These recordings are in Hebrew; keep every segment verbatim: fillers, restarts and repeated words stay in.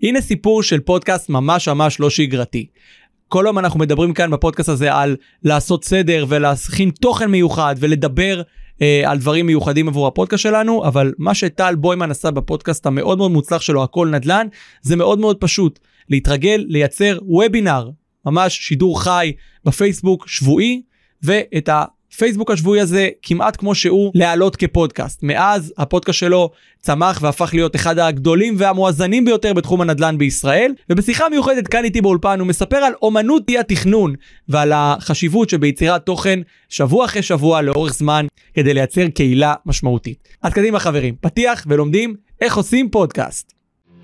הנה סיפור של פודקאסט ממש ממש לא שגרתי. כל יום אנחנו מדברים כאן בפודקאסט הזה על לעשות סדר ולהכין תוכן מיוחד ולדבר אה, על דברים מיוחדים עבור הפודקאסט שלנו, אבל מה שטל בוימן עשה בפודקאסט המאוד מאוד מוצלח שלו, הכל נדל"ן, זה מאוד מאוד פשוט. להתרגל, לייצר וובינר, ממש שידור חי בפייסבוק שבועי, ואת הפייסבוק השבועי הזה כמעט כמו שהוא להעלות כפודקאסט. מאז הפודקאסט שלו צמח והפך להיות אחד הגדולים והמואזנים ביותר בתחום הנדל"ן בישראל, ובשיחה מיוחדת כאן איתי באולפן הוא מספר על אומנות אי התכנון ועל החשיבות שביצירת תוכן שבוע אחרי שבוע לאורך זמן כדי לייצר קהילה משמעותית. אז קדימה חברים, פתיח ולומדים איך עושים פודקאסט.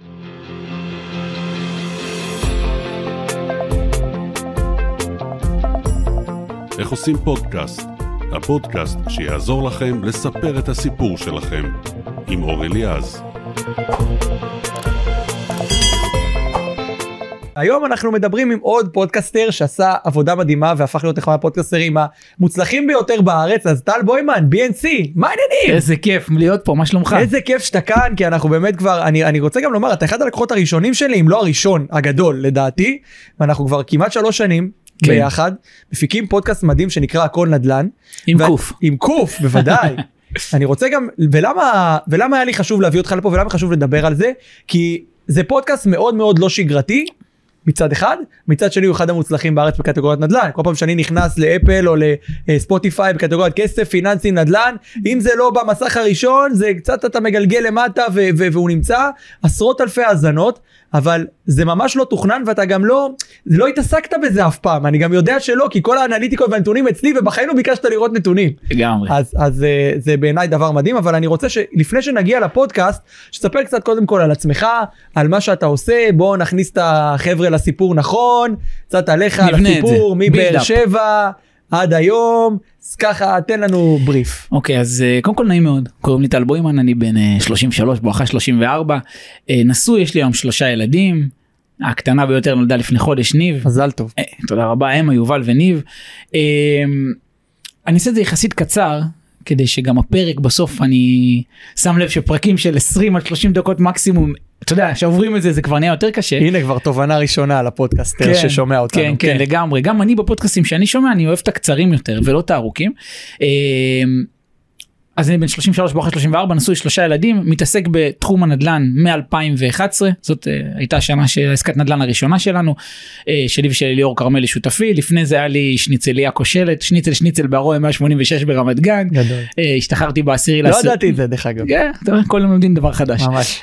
איך עושים פודקאסט? הפודקאסט שיעזור לכם לספר את הסיפור שלכם עם אור אליעז. היום אנחנו מדברים עם עוד פודקאסטר שעשה עבודה מדהימה והפך להיות אחד מהפודקאסטרים המוצלחים ביותר בארץ, אז טל בוימן, בי אן סי, מה העניינים? איזה כיף להיות פה, מה שלומך? איזה כיף שאתה כאן, כי אנחנו באמת כבר, אני, אני רוצה גם לומר, אתה אחד הלקוחות הראשונים שלי, אם לא הראשון הגדול לדעתי, ואנחנו כבר כמעט שלוש שנים, כן. ביחד, מפיקים פודקאסט מדהים שנקרא הכל נדל"ן. עם ו- קוף. עם קוף, בוודאי. אני רוצה גם, ולמה, ולמה היה לי חשוב להביא אותך לפה, ולמה חשוב לדבר על זה? כי זה פודקאסט מאוד מאוד לא שגרתי, מצד אחד, מצד שני הוא אחד המוצלחים בארץ בקטגוריית נדל"ן. כל פעם שאני נכנס לאפל או לספוטיפיי בקטגוריית כסף, פיננסים, נדל"ן, אם זה לא במסך הראשון, זה קצת אתה מגלגל למטה ו- ו- והוא נמצא עשרות אלפי האזנות, אבל זה ממש לא תוכנן ואתה גם לא, לא התעסקת בזה אף פעם. אני גם יודע שלא, כי כל האנליטיקות והנתונים אצלי ובחיים לא ביקשת לראות נתונים. לגמרי. אז, אז זה, זה בעיניי דבר מדהים, אבל אני רוצה שלפני שנגיע לפודקאסט, שתספר קצת קודם כל על עצמך, על מה שאתה עושה, בוא נכניס את החבר'ה לסיפור נכון, קצת עליך, על הסיפור, מבאר שבע עד היום, אז ככה, תן לנו בריף. אוקיי, אז קודם כל נעים מאוד, קוראים לי טל בוימן, אני בן שלושים ושלוש, בואכה שלושים וארבע, נשוי, יש לי היום שלושה ילדים, הקטנה ביותר נולדה לפני חודש, ניב. מזל טוב. תודה רבה, אמא, יובל וניב. אני אעשה את זה יחסית קצר, כדי שגם הפרק בסוף אני שם לב שפרקים של עשרים עד שלושים דקות מקסימום, אתה יודע, שעוברים את זה, זה כבר נהיה יותר קשה. הנה כבר תובנה ראשונה על הפודקאסטר כן, ששומע אותנו. כן, כן, כן, לגמרי. גם אני בפודקאסטים שאני שומע, אני אוהב את הקצרים יותר ולא את הארוכים. אז אני בן שלושים ושלוש, בואכה שלושים וארבע, נשוי שלושה ילדים, מתעסק בתחום הנדל"ן מ-אלפיים ואחת עשרה, זאת הייתה השנה של עסקת נדל"ן הראשונה שלנו, שלי ושל ליאור כרמלי שותפי, לפני זה היה לי שניצליה כושלת, שניצל שניצל בערועי מאה שמונים ושש ברמת גן, גדול. השתחררתי בעשירי לא ידעתי את זה דרך אגב. כן, כל יום לומדים דבר חדש. ממש.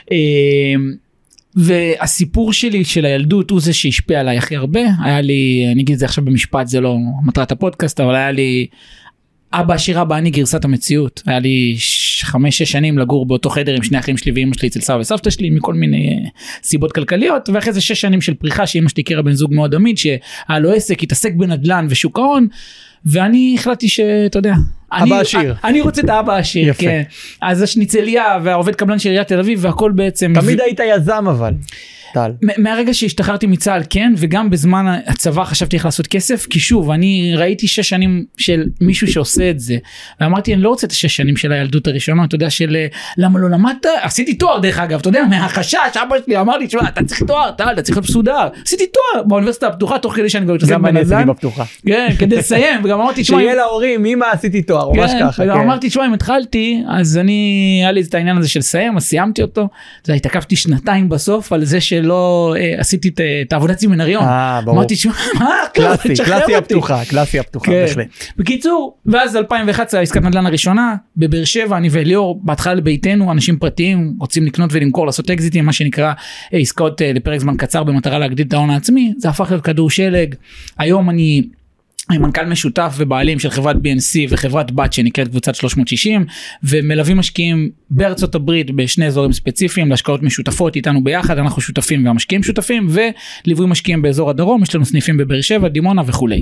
והסיפור שלי של הילדות הוא זה שהשפיע עליי הכי הרבה, היה לי, אני אגיד את זה עכשיו במשפט, זה לא מטרת הפודקאסט, אבל היה לי אבא עשיר, אבא אני גרסת המציאות. היה לי חמש שש שנים לגור באותו חדר עם שני אחים שלי ואמא שלי אצל סבא וסבתא שלי מכל מיני סיבות כלכליות, ואחרי זה שש שנים של פריחה שאמא שלי הכירה בן זוג מאוד עמיד שהיה לו עסק, התעסק בנדל"ן ושוק ההון, ואני החלטתי שאתה יודע, אבא עשיר. אני רוצה את האבא העשיר, כן. אז השניצליה והעובד קבלן של עיריית תל אביב והכל בעצם. תמיד היית יזם אבל. טל. מהרגע שהשתחררתי מצה"ל כן, וגם בזמן הצבא חשבתי איך לעשות כסף, כי שוב, אני ראיתי שש שנים של מישהו שעושה את זה, ואמרתי, אני לא רוצה את השש שנים של הילדות הראשונה, אתה יודע, של למה לא למדת? עשיתי תואר דרך אגב, אתה יודע, מהחשש, אבא שלי אמר לי, אתה צריך תואר, טל, אתה צריך להיות מסודר, עשיתי תואר באוניברסיטה הפתוחה, תוך כדי שאני כבר מתעסק בנדל"ן. גם אני עשיתי בפתוחה. כן, כדי לסיים, וגם אמרתי, שיהיה להורים, אמא עשיתי תואר, ממש ככה. וגם אמרתי, תשמע, אם התחלתי, אז אני, היה לי את העניין הזה של לסיים, אז סיימתי אותו. זה התעכבתי שנתיים בסוף על זה שלא עשיתי את העבודת סמינריון. אה, ברור. אמרתי, תשמע, מה? קלאסי, קלאסי הפתוחה, קלאסי הפתוחה, בהחלט. בקיצור, ואז אלפיים ואחת עשרה, עסקת נדל"ן הראשונה, בבאר שבע, אני וליאור, בהתחלה לביתנו, אנשים פרטיים, רוצים לקנות ולמכור, לעשות אקזיטים, מה שנקרא עסקאות לפרק זמן קצר, במטרה להגדיל את ההון העצמי. זה הפך להיות כדור שלג. היום אני אני מנכ"ל משותף ובעלים של חברת בי אן סי וחברת בת שנקראת קבוצת שלוש מאות שישים, ומלווים משקיעים בארצות הברית בשני אזורים ספציפיים, להשקעות משותפות איתנו ביחד, אנחנו שותפים והמשקיעים שותפים, וליווי משקיעים באזור הדרום, יש לנו סניפים בבאר שבע, דימונה וכולי.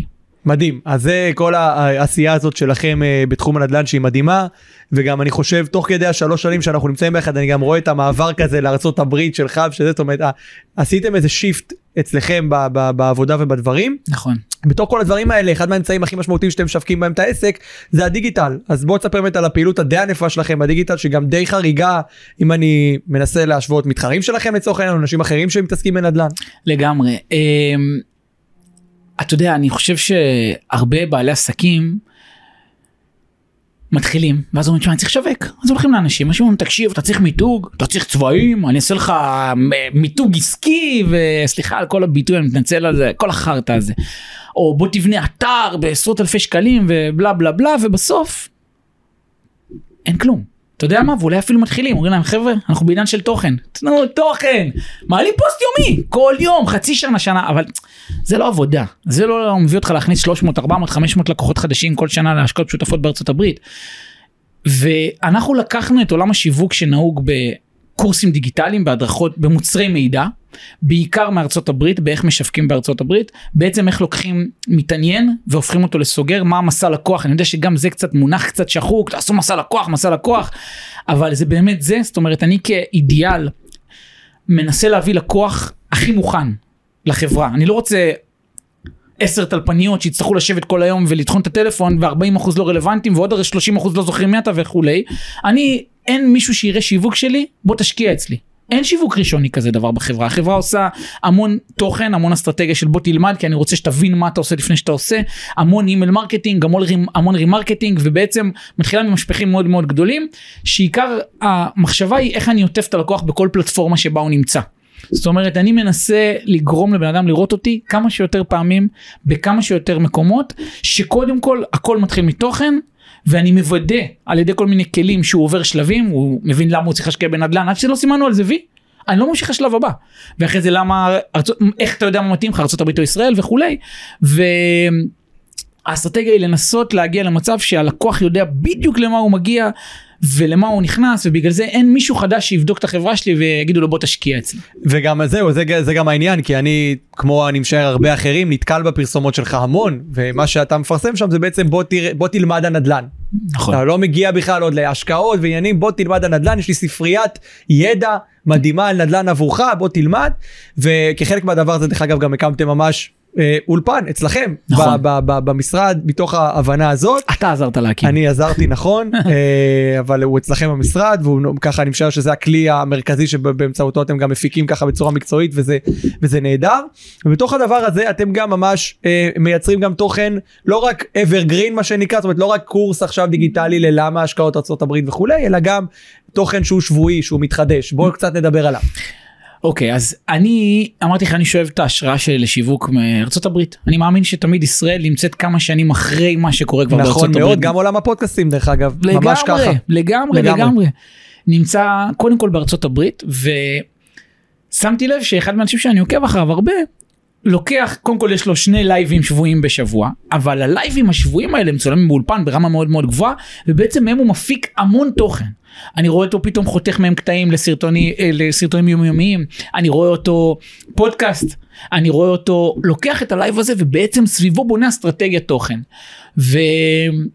מדהים, אז זה כל העשייה הזאת שלכם בתחום הנדל"ן שהיא מדהימה, וגם אני חושב תוך כדי השלוש שנים שאנחנו נמצאים ביחד, אני גם רואה את המעבר כזה לארצות הברית שלך, שזה, זאת אומרת, עשיתם איזה שיפט אצלכם ב- ב- בעבודה ובדברים. נכון. בתוך כל הדברים האלה, אחד מהאמצעים הכי משמעותיים שאתם משווקים בהם את העסק, זה הדיגיטל. אז בואו תספר באמת על הפעילות הדי ענפה שלכם בדיגיטל, שגם די חריגה, אם אני מנסה להשוות מתחרים שלכם לצורך העניין, אנשים אחרים שמתעסקים בנדל"ן. לגמרי. אתה יודע, אני חושב שהרבה בעלי עסקים מתחילים, ואז אומרים, אני צריך לשווק. אז הולכים לאנשים, אנשים אומרים, תקשיב, אתה צריך מיתוג, אתה צריך צבעים, אני אעשה לך מיתוג עסקי, וסליחה על כל הביטוי, אני מתנצל על זה, כל החרטה הזה. או בוא תבנה אתר בעשרות אלפי שקלים, ובלה בלה בלה, ובסוף אין כלום. אתה יודע מה? ואולי אפילו מתחילים, אומרים להם, חבר'ה, אנחנו בעידן של תוכן. תנו תוכן, מעלים פוסט יומי, כל יום, חצי שנה, שנה, אבל זה לא עבודה. זה לא מביא אותך להכניס שלוש מאות, ארבע מאות, חמש מאות לקוחות חדשים כל שנה להשקעות שותפות בארצות הברית. ואנחנו לקחנו את עולם השיווק שנהוג בקורסים דיגיטליים, בהדרכות, במוצרי מידע, בעיקר מארצות הברית, באיך משווקים בארצות הברית, בעצם איך לוקחים מתעניין והופכים אותו לסוגר, מה המסע לקוח, אני יודע שגם זה קצת מונח קצת שחוק, תעשו מסע לקוח, מסע לקוח, אבל זה באמת זה, זאת אומרת, אני כאידיאל, מנסה להביא לקוח הכי מוכן לחברה, אני לא רוצה עשר טלפניות שיצטרכו לשבת כל היום ולטחון את הטלפון, ו-ארבעים אחוז לא רלוונטיים, ועוד שלושים אחוז לא זוכרים מי אתה וכולי, אני, אין מישהו שיראה שיווק שלי, בוא תשקיע אצלי. אין שיווק ראשוני כזה דבר בחברה, החברה עושה המון תוכן, המון אסטרטגיה של בוא תלמד, כי אני רוצה שתבין מה אתה עושה לפני שאתה עושה, המון אימייל מרקטינג, המון רימרקטינג, ובעצם מתחילה ממשפחים מאוד מאוד גדולים, שעיקר המחשבה היא איך אני עוטף את הלקוח בכל פלטפורמה שבה הוא נמצא. זאת אומרת, אני מנסה לגרום לבן אדם לראות אותי כמה שיותר פעמים, בכמה שיותר מקומות, שקודם כל הכל מתחיל מתוכן, ואני מוודא על ידי כל מיני כלים שהוא עובר שלבים, הוא מבין למה הוא צריך להשקיע בנדל"ן, עד שלא סימנו על זה וי, אני לא ממשיך לשלב הבא. ואחרי זה למה, איך אתה יודע מה מתאים לך, ארצות הברית או ישראל וכולי, והאסטרטגיה היא לנסות להגיע למצב שהלקוח יודע בדיוק למה הוא מגיע, ולמה הוא נכנס, ובגלל זה אין מישהו חדש שיבדוק את החברה שלי ויגידו לו בוא תשקיע אצלי. וגם זהו, זה, זה גם העניין, כי אני, כמו אני משער הרבה אחרים, נתקל בפרסומות שלך המון, ומה שאתה מפרסם שם זה בעצם בוא, תרא, בוא תלמד הנדל"ן. נכון. אתה לא מגיע בכלל עוד להשקעות ועניינים, בוא תלמד הנדל"ן, יש לי ספריית ידע מדהימה על נדל"ן עבורך, בוא תלמד, וכחלק מהדבר הזה, דרך אגב, גם הקמתם ממש אולפן אצלכם, נכון. ב- ב- ב- במשרד, מתוך ההבנה הזאת. אתה עזרת להקים. אני עזרתי, נכון, אבל הוא אצלכם במשרד, וככה אני משער שזה הכלי המרכזי שבאמצעותו אתם גם מפיקים ככה בצורה מקצועית, וזה, וזה נהדר. ובתוך הדבר הזה אתם גם ממש מייצרים גם תוכן, לא רק evergreen מה שנקרא, זאת אומרת לא רק קורס עכשיו דיגיטלי ללמה השקעות ארצות הברית וכולי, אלא גם תוכן שהוא שבועי, שהוא מתחדש. בואו קצת נדבר עליו. אוקיי, okay, אז אני אמרתי לך, אני שואב את ההשראה שלי לשיווק מארצות הברית. אני מאמין שתמיד ישראל נמצאת כמה שנים אחרי מה שקורה כבר נכון בארצות הברית. נכון מאוד, גם עולם הפודקאסטים דרך אגב, לגמרי, ממש ככה. לגמרי, לגמרי, לגמרי. נמצא קודם כל בארצות הברית, ושמתי לב שאחד מהאנשים שאני עוקב אחריו הרבה, לוקח, קודם כל יש לו שני לייבים שבועים בשבוע, אבל הלייבים השבועים האלה מצולמים באולפן ברמה מאוד מאוד גבוהה, ובעצם מהם הוא מפיק המון תוכן. אני רואה אותו פתאום חותך מהם קטעים לסרטוני, לסרטונים יומיומיים, אני רואה אותו פודקאסט, אני רואה אותו לוקח את הלייב הזה ובעצם סביבו בונה אסטרטגיה תוכן. ואני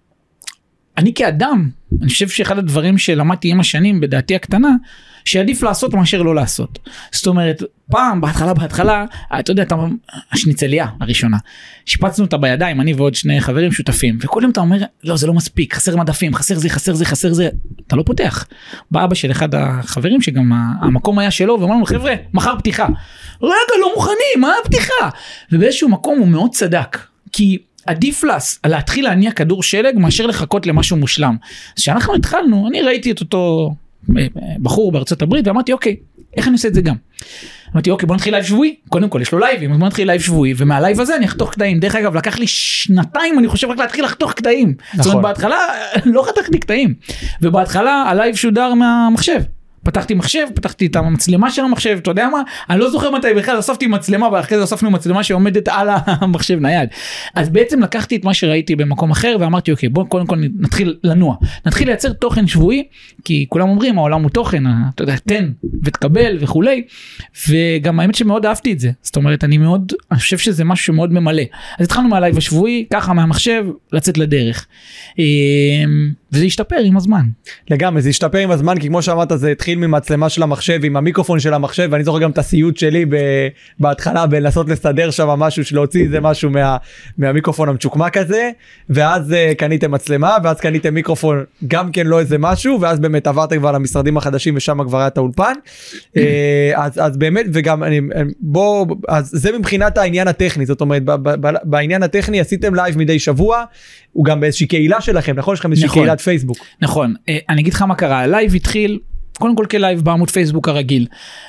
כאדם, אני חושב שאחד הדברים שלמדתי עם השנים בדעתי הקטנה, שעדיף לעשות מאשר לא לעשות. זאת אומרת, פעם, בהתחלה, בהתחלה, אתה יודע, אתה, השניצליה הראשונה, שיפצנו אותה בידיים, אני ועוד שני חברים שותפים, וכל יום אתה אומר, לא, זה לא מספיק, חסר מדפים, חסר זה, חסר זה, חסר זה, אתה לא פותח. בא אבא של אחד החברים, שגם המקום היה שלו, ואומר לנו, חבר'ה, מחר פתיחה. רגע, לא מוכנים, מה הפתיחה? ובאיזשהו מקום הוא מאוד צדק, כי עדיף לס, להתחיל להניע כדור שלג, מאשר לחכות למשהו מושלם. אז כשאנחנו התחלנו, אני ראיתי את אותו בחור בארצות הברית, ואמרתי, אוקיי, איך אני עושה את זה גם? אמרתי, אוקיי, בוא נתחיל לייב שבועי, קודם כל יש לו לייבים, אז בוא נתחיל לייב שבועי, ומהלייב הזה אני אחתוך קטעים, דרך אגב, לקח לי שנתיים, אני חושב רק להתחיל לחתוך קטעים, נכון. זאת אומרת, בהתחלה לא חתכתי קטעים, ובהתחלה הלייב שודר מהמחשב, פתחתי מחשב, פתחתי את המצלמה של המחשב, אתה יודע מה? אני לא זוכר מתי בכלל, אספתי מצלמה, ואחרי זה אספנו מצלמה שעומדת על המחשב נייד. אז בעצם לקחתי את מה שראיתי במקום אחר, ואמרתי, אוקיי, בוא קודם כל נתחיל לנוע. נתחיל לייצר תוכן שבועי, כי כולם אומרים, העולם הוא תוכן, אתה יודע, תן ותקבל וכולי, וגם האמת שמאוד אהבתי את זה. זאת אומרת, אני מאוד, אני חושב שזה משהו שמאוד ממלא. אז התחלנו מהלייב השבועי, ככה מהמחשב, לצאת לדרך. וזה ישתפר עם הזמן. לגמרי, זה ישתפר עם הזמן, כי כמו שאמרת, זה התחיל ממצלמה של המחשב, עם המיקרופון של המחשב, ואני זוכר גם את הסיוט שלי בהתחלה, בלנסות לסדר שם משהו, שלהוציא איזה משהו מה, מהמיקרופון המצ'וקמק הזה, ואז קניתם מצלמה, ואז קניתם מיקרופון, גם כן לא איזה משהו, ואז באמת עברתם כבר למשרדים החדשים, ושם כבר היה את האולפן. אז, אז באמת, וגם, אני, בוא, אז זה מבחינת העניין הטכני, זאת אומרת, בעניין הטכני, עשיתם לייב מדי שבוע, הוא גם באיזושהי קהילה שלכם, נכון? יש לכם איזושהי קהילת פייסבוק. נכון, אני אגיד לך מה קרה, הלייב התחיל, קודם כל כלייב בעמוד פייסבוק הרגיל,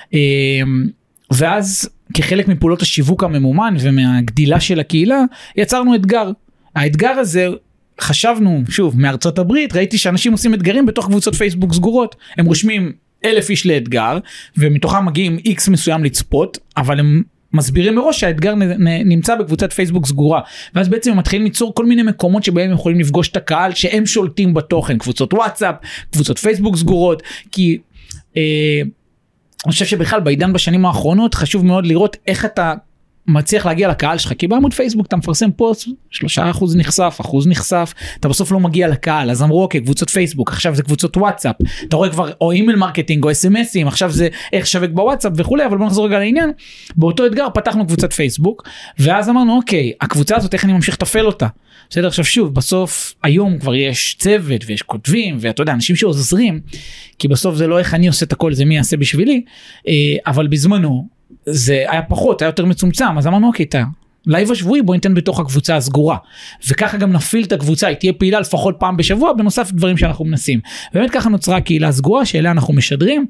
ואז כחלק מפעולות השיווק הממומן ומהגדילה של הקהילה, יצרנו אתגר. האתגר הזה, חשבנו, שוב, מארצות הברית, ראיתי שאנשים עושים אתגרים בתוך קבוצות פייסבוק סגורות, הם רושמים אלף איש לאתגר, ומתוכם מגיעים איקס מסוים לצפות, אבל הם מסבירים מראש שהאתגר נמצא בקבוצת פייסבוק סגורה, ואז בעצם הם מתחילים ליצור כל מיני מקומות שבהם הם יכולים לפגוש את הקהל שהם שולטים בתוכן, קבוצות וואטסאפ, קבוצות פייסבוק סגורות, כי אה, אני חושב שבכלל בעידן בשנים האחרונות חשוב מאוד לראות איך אתה מצליח להגיע לקהל שלך, כי בעמוד פייסבוק אתה מפרסם פוסט, שלושה אחוז נחשף, אחוז נחשף, אתה בסוף לא מגיע לקהל, אז אמרו אוקיי, קבוצות פייסבוק, עכשיו זה קבוצות וואטסאפ, אתה רואה כבר או אימייל מרקטינג או אס אם אסים, עכשיו זה איך שווק בוואטסאפ וכולי, אבל בוא נחזור רגע לעניין, באותו אתגר פתחנו קבוצת פייסבוק, ואז אמרנו אוקיי, הקבוצה הזאת איך אני ממשיך לתפעל אותה, בסדר, עכשיו שוב, בסוף היום כבר יש צוות ויש כותבים, ואתה יודע, אנשים שעוזרים, כי בסוף זה לא איך אני עושה את הכל, זה מי יעשה בשבילי, אבל בזמנו זה היה פחות, היה יותר מצומצם, אז אמרנו אוקיי, אתה לייב השבועי בוא ניתן בתוך הקבוצה הסגורה, וככה גם נפיל את הקבוצה, היא תהיה פעילה לפחות פעם בשבוע, בנוסף דברים שאנחנו מנסים, באמת ככה נוצרה הקהילה הסגורה, שאליה אנחנו משדרים,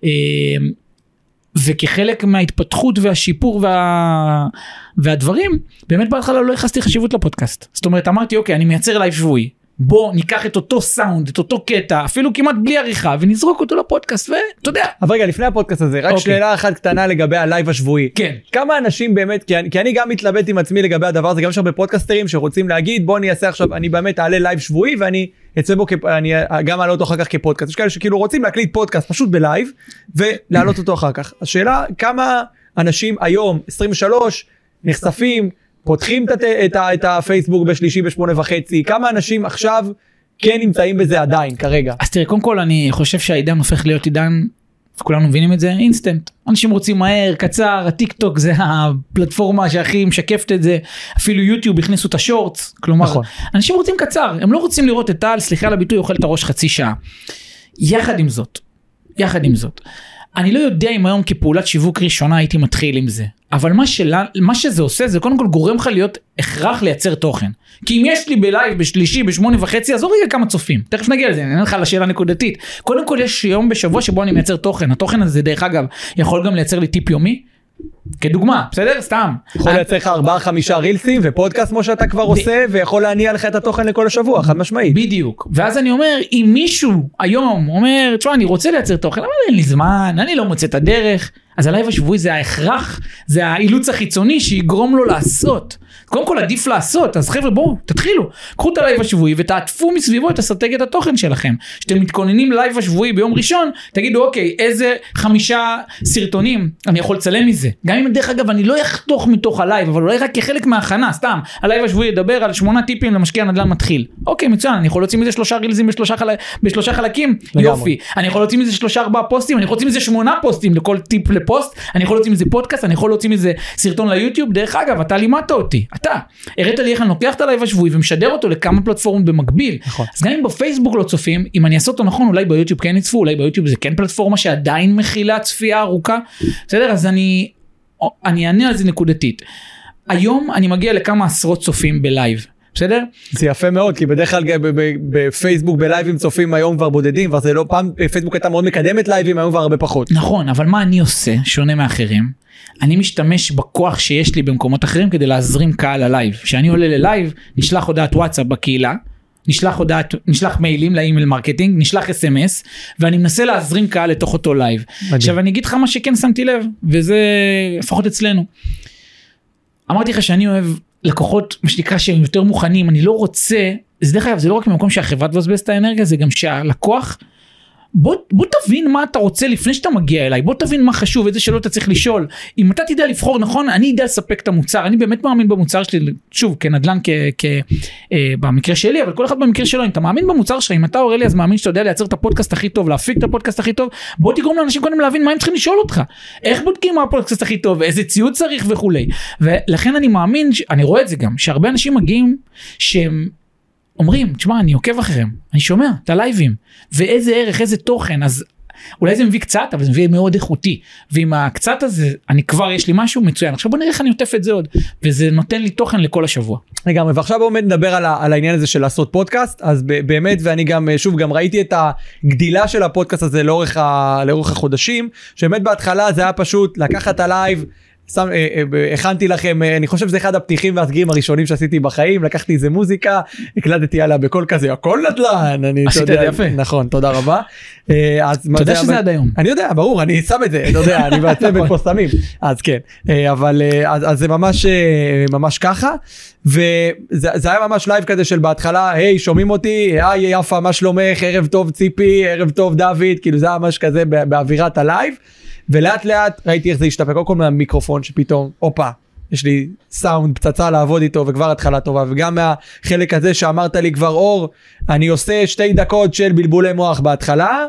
וכחלק מההתפתחות והשיפור וה... והדברים, באמת בהתחלה לא הכנסתי חשיבות לפודקאסט, זאת אומרת אמרתי אוקיי, אני מייצר לייב שבועי, בוא ניקח את אותו סאונד, את אותו קטע, אפילו כמעט בלי עריכה, ונזרוק אותו לפודקאסט, ואתה יודע. אבל רגע, לפני הפודקאסט הזה, רק שאלה אחת קטנה לגבי הלייב השבועי. כן. כמה אנשים באמת, כי אני, כי אני גם מתלבט עם עצמי לגבי הדבר הזה, גם יש הרבה פודקאסטרים שרוצים להגיד, בוא אני אעשה עכשיו, אני באמת אעלה לייב שבועי, ואני אצא בו, אני גם אעלה אותו אחר כך כפודקאסט. יש כאלה שכאילו רוצים להקליט פודקאסט פשוט בלייב, ולהעלות אותו אחר כך. השאלה, כמה אנשים היום, עשרים ושלוש, נחשפים, פותחים את, את, את הפייסבוק בשלישי בשמונה וחצי, כמה אנשים עכשיו כן נמצאים בזה עדיין כרגע? אז תראה, קודם כל אני חושב שהעידן הופך להיות עידן, וכולנו מבינים את זה, אינסטנט. אנשים רוצים מהר, קצר, הטיק טוק זה הפלטפורמה שהכי משקפת את זה, אפילו יוטיוב הכניסו את השורטס, כלומר, נכון. אנשים רוצים קצר, הם לא רוצים לראות את טל, סליחה על הביטוי, אוכל את הראש חצי שעה. יחד עם זאת, יחד עם זאת, אני לא יודע אם היום כפעולת שיווק ראשונה הייתי מתחיל עם זה, אבל מה, שלה, מה שזה עושה זה קודם כל גורם לך להיות הכרח לייצר תוכן. כי אם יש לי בלייב בשלישי בשמונה וחצי, אז לא רגע כמה צופים. תכף נגיע לזה, אני אענה לך לשאלה נקודתית. קודם כל יש יום בשבוע שבו אני מייצר תוכן. התוכן הזה דרך אגב יכול גם לייצר לי טיפ יומי. כדוגמה, בסדר? סתם. יכול לייצר לך ארבעה חמישה רילסים ופודקאסט כמו שאתה כבר עושה, ויכול להניע לך את התוכן לכל השבוע, חד משמעית. בדיוק. ואז אני אומר, אם מישהו היום אומר, תשמע, אני רוצה לייצר תוכן, אבל אין לי זמן, אני לא מוצא את הדרך, אז הלייב השבועי זה ההכרח, זה האילוץ החיצוני שיגרום לו לעשות. קודם כל עדיף לעשות, אז חבר'ה בואו, תתחילו. קחו את הלייב השבועי ותעטפו מסביבו את אסטרטגיית התוכן שלכם. כשאתם מתכוננים לייב השבועי ביום ראשון, תגידו אוקיי, איזה חמישה סרטונים אני יכול לצלם מזה. גם אם דרך אגב אני לא אחתוך מתוך הלייב, אבל אולי רק כחלק מההכנה, סתם. הלייב השבועי ידבר על שמונה טיפים למשקיע נדל"ן מתחיל. אוקיי, מצוין, אני יכול להוציא מזה שלושה רילזים בשלושה, חל... בשלושה חלקים. יופי. אני יכול להוציא מזה שלושה ארבעה פוסטים, אני יכול להוציא מזה שמונה פוסטים לכל טיפ לפוסט. אני יכול להוציא מזה פודקאסט, אני יכול להוציא מזה סרטון ליוטיוב. דרך אגב, אתה לימדת אותי. אתה הראת לי איך אני לוקח את הלייב השבועי ומשדר אותו לכמה פלטפורמות במקביל. נכון. אז גם אם בפייסבוק לא צופים, אם אני אעשה אותו נכון, אולי ביוטיוב כן יצפו, אולי ביוטיוב זה כן פלטפורמה שעדיין מכילה צפייה ארוכה. בסדר? אז אני, אני אענה על זה נקודתית. היום אני מגיע לכמה עשרות צופים בלייב. בסדר? זה יפה מאוד, כי בדרך כלל בפייסבוק בלייבים צופים היום כבר בודדים, וזה לא פעם, פייסבוק הייתה מאוד מקדמת לייבים, היום כבר הרבה פחות. נכון, אבל מה אני עושה, שונה מאחרים? אני משתמש בכוח שיש לי במקומות אחרים כדי להזרים קהל ללייב. כשאני עולה ללייב, נשלח הודעת וואטסאפ בקהילה, נשלח הודעת, נשלח מיילים לאימייל מרקטינג, נשלח אס אם אס, ואני מנסה להזרים קהל לתוך אותו לייב. עכשיו אני אגיד לך מה שכן שמתי לב, וזה לפחות אצלנו. אמרתי לך שאני אוהב לקוחות, מה שנקרא שהם יותר מוכנים, אני לא רוצה, זה דרך אגב, זה לא רק ממקום שהחברה תבזבז את האנרגיה, זה גם שהלקוח, בוא, בוא תבין מה אתה רוצה לפני שאתה מגיע אליי, בוא תבין מה חשוב, איזה שאלות אתה צריך לשאול, אם אתה תדע לבחור נכון, אני אדע לספק את המוצר, אני באמת מאמין במוצר שלי, שוב, כנדל"ן, כ, כ, אה, במקרה שלי, אבל כל אחד במקרה שלו, אם אתה מאמין במוצר שלך, אם אתה הורה לי, אז מאמין שאתה יודע לייצר את הפודקאסט הכי טוב, להפיק את הפודקאסט הכי טוב, בוא תגרום לאנשים קודם להבין מה הם צריכים לשאול אותך, איך בודקים מה הפודקאסט הכי טוב, איזה ציוד צריך וכולי. ולכן אני מאמין, אני רואה את זה גם, שהרבה אנשים מגיעים שהם אומרים, תשמע, אני עוקב אחריהם, אני שומע את הלייבים, ואיזה ערך, איזה תוכן, אז אולי זה מביא קצת, אבל זה מביא מאוד איכותי, ועם הקצת הזה, אני כבר, יש לי משהו מצוין, עכשיו בוא נראה איך אני עוטף את זה עוד, וזה נותן לי תוכן לכל השבוע. לגמרי, ועכשיו בואו נדבר על, על העניין הזה של לעשות פודקאסט, אז באמת, ואני גם, שוב, גם ראיתי את הגדילה של הפודקאסט הזה לאורך, ה, לאורך החודשים, שבאמת בהתחלה זה היה פשוט לקחת הלייב, שם, אה, אה, הכנתי לכם, אה, אני חושב שזה אחד הפתיחים והסגירים הראשונים שעשיתי בחיים, לקחתי איזה מוזיקה, הקלטתי עליה בקול כזה, הכל נדל"ן, אני, עשית את זה יפה. נכון, תודה רבה. אה, אז אתה יודע שזה עד היום. אני יודע, ברור, אני שם את זה, אתה יודע, אני והצוות פה שמים, אז כן, אה, אבל אה, אז, אז זה ממש, אה, ממש ככה, וזה היה ממש לייב כזה של בהתחלה, היי, שומעים אותי, היי, יפה, מה שלומך, ערב טוב ציפי, ערב טוב דוד, כאילו זה היה ממש כזה באווירת הלייב, ולאט לאט ראיתי איך זה השתפק, כל כל מהמיקרופון שפתאום, אופה, יש לי סאונד פצצה לעבוד איתו וכבר התחלה טובה, וגם מהחלק הזה שאמרת לי כבר אור, אני עושה שתי דקות של בלבולי מוח בהתחלה,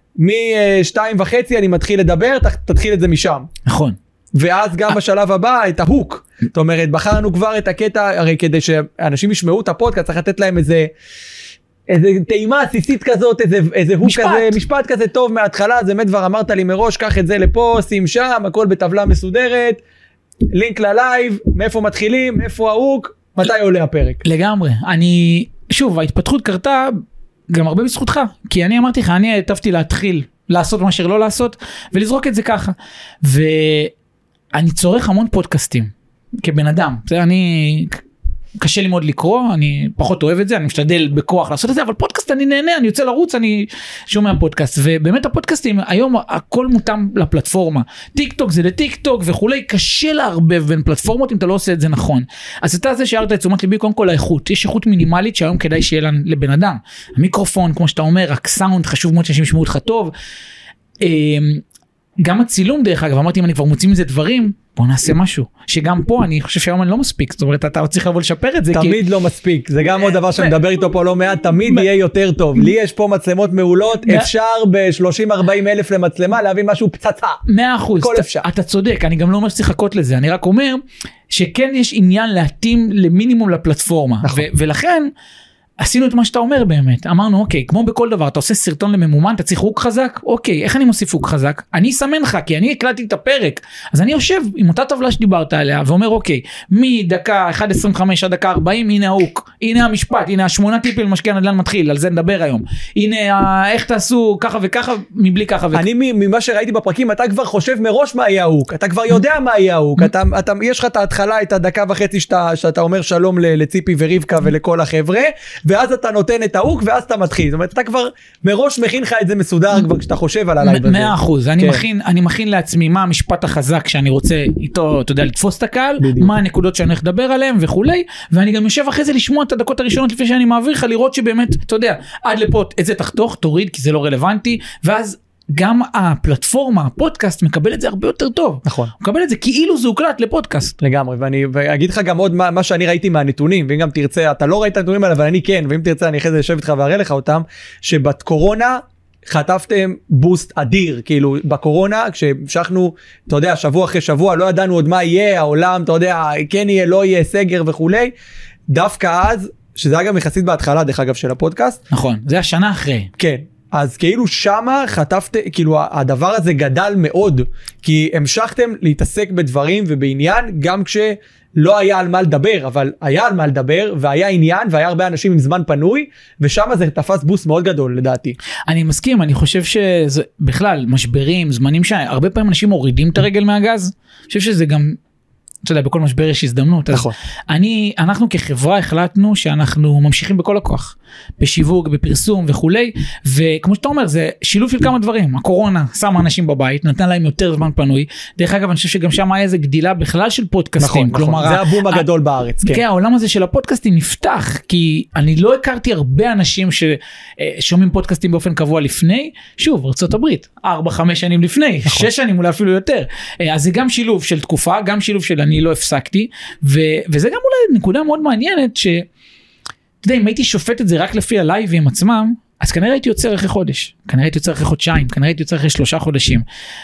משתיים וחצי אני מתחיל לדבר, תתחיל את זה משם. נכון. ואז גם בשלב הבא את ההוק, זאת אומרת בחרנו כבר את הקטע, הרי כדי שאנשים ישמעו את הפודקאסט, צריך לתת להם איזה, איזה טעימה עסיסית כזאת, איזה, איזה הוק כזה, משפט כזה טוב מההתחלה, זה באמת כבר אמרת לי מראש, קח את זה לפה, שים שם, הכל בטבלה מסודרת, לינק ללייב, מאיפה מתחילים, מאיפה ההוק, מתי עולה הפרק. לגמרי, אני, שוב, ההתפתחות קרתה גם הרבה בזכותך, כי אני אמרתי לך, אני היטבתי להתחיל לעשות מה שלא לעשות, ולזרוק את זה ככה, ואני צורך המון פודקאסטים, כבן אדם, זה אני... קשה לי מאוד לקרוא, אני פחות אוהב את זה, אני משתדל בכוח לעשות את זה, אבל פודקאסט אני נהנה, אני יוצא לרוץ, אני שומע פודקאסט, ובאמת הפודקאסטים, היום הכל מותאם לפלטפורמה, טיק טוק זה לטיק טוק וכולי, קשה להרבב בין פלטפורמות אם אתה לא עושה את זה נכון. אז אתה זה שהערת את תשומת ליבי, קודם כל האיכות, יש איכות מינימלית שהיום כדאי שיהיה לבן אדם, המיקרופון כמו שאתה אומר, רק סאונד חשוב מאוד שאנשים ישמעו אותך טוב, גם הצילום דרך אגב, אמרתי אם אני כבר מוצאים מזה דברים, בוא נעשה משהו, שגם פה אני חושב שהיום אני לא מספיק, זאת אומרת אתה צריך לבוא לשפר את זה. תמיד לא מספיק, זה גם עוד דבר שמדבר איתו פה לא מעט, תמיד יהיה יותר טוב, לי יש פה מצלמות מעולות, אפשר ב-שלושים ארבעים אלף למצלמה להביא משהו פצצה. מאה אחוז, אתה צודק, אני גם לא אומר שצריך לחכות לזה, אני רק אומר שכן יש עניין להתאים למינימום לפלטפורמה, ולכן עשינו את מה שאתה אומר באמת, אמרנו אוקיי, כמו בכל דבר, אתה עושה סרטון לממומן, אתה צריך הוק חזק, אוקיי, איך אני מוסיף הוק חזק? אני אסמן לך, כי אני הקלטתי את הפרק, אז אני יושב עם אותה טבלה שדיברת עליה, ואומר אוקיי, מדקה אחת עשרים וחמש עד דקה ארבעים, הנה ההוק, הנה המשפט, הנה השמונה טיפים למשקיע נדל"ן מתחיל, על זה נדבר היום, הנה איך תעשו ככה וככה, מבלי ככה וככה. אני ממה שראיתי בפרקים, אתה כבר חושב מראש מה יהיה ההוק, אתה כבר יודע מה יהיה ההוק, אתה, אתה, יש לך את ההתחלה, את הדקה וחצי שאתה, שאתה אומר שלום לציפי ורבקה ולכל החבר'ה, ואז אתה נותן את ההוק ואז אתה מתחיל, זאת אומרת אתה כבר מראש מכין לך את זה מסודר כבר כשאתה חושב על הלייב הזה. מאה אחוז, אני מכין, אני מכין לעצמי מה המשפט החזק שאני רוצה איתו, אתה יודע, לתפוס את הקהל, מה הנקודות שאני הולך לדבר עליהן וכולי, ואני גם יושב אחרי זה לשמוע את הדקות הראשונות לפני שאני מעביר לך, לראות שבאמת, אתה יודע, עד לפה את זה תחתוך, תוריד כי זה לא רלוונטי, ואז גם הפלטפורמה, הפודקאסט מקבל את זה הרבה יותר טוב. נכון. הוא מקבל את זה כאילו זה הוקלט לפודקאסט. לגמרי, ואני ואגיד לך גם עוד מה, מה שאני ראיתי מהנתונים, ואם גם תרצה, אתה לא ראית את הנתונים האלה, אבל אני כן, ואם תרצה אני אחרי זה יושב איתך ואראה לך אותם, שבקורונה חטפתם בוסט אדיר, כאילו בקורונה, כשהמשכנו, אתה יודע, שבוע אחרי שבוע, לא ידענו עוד מה יהיה, העולם, אתה יודע, כן יהיה, לא יהיה, סגר וכולי, דווקא אז, שזה היה גם יחסית בהתחלה, דרך אגב, של הפודקאסט. נכון, זה השנה אחרי. כן. אז כאילו שמה חטפת, כאילו הדבר הזה גדל מאוד, כי המשכתם להתעסק בדברים ובעניין, גם כשלא היה על מה לדבר, אבל היה על מה לדבר, והיה עניין, והיה הרבה אנשים עם זמן פנוי, ושמה זה תפס בוס מאוד גדול לדעתי. אני מסכים, אני חושב שזה בכלל, משברים, זמנים שהרבה פעמים אנשים מורידים את הרגל מהגז, אני חושב שזה גם אתה יודע, בכל משבר יש הזדמנות. נכון. אני, אנחנו כחברה החלטנו שאנחנו ממשיכים בכל הכוח, בשיווק, בפרסום וכולי, וכמו שאתה אומר, זה שילוב של כמה דברים. הקורונה שמה אנשים בבית, נתן להם יותר זמן פנוי. דרך אגב, אני חושב שגם שם היה איזה גדילה בכלל של פודקאסטים. נכון, נכון. זה הבום הגדול בארץ. כן, העולם הזה של הפודקאסטים נפתח, כי אני לא הכרתי הרבה אנשים ששומעים פודקאסטים באופן קבוע לפני, שוב, ארצות הברית, ארבע, חמש שנים לפני, שש שנים אולי אפילו יותר. אז זה גם שילוב של תקופה, גם שילוב של אני לא הפסקתי, ו- וזה גם אולי נקודה מאוד מעניינת, ש... אתה יודע, אם הייתי שופט את זה רק לפי הלייבים עצמם, אז כנראה הייתי יוצר אחרי חודש, כנראה הייתי יוצר אחרי חודשיים, כנראה הייתי יוצר אחרי שלושה חודשים,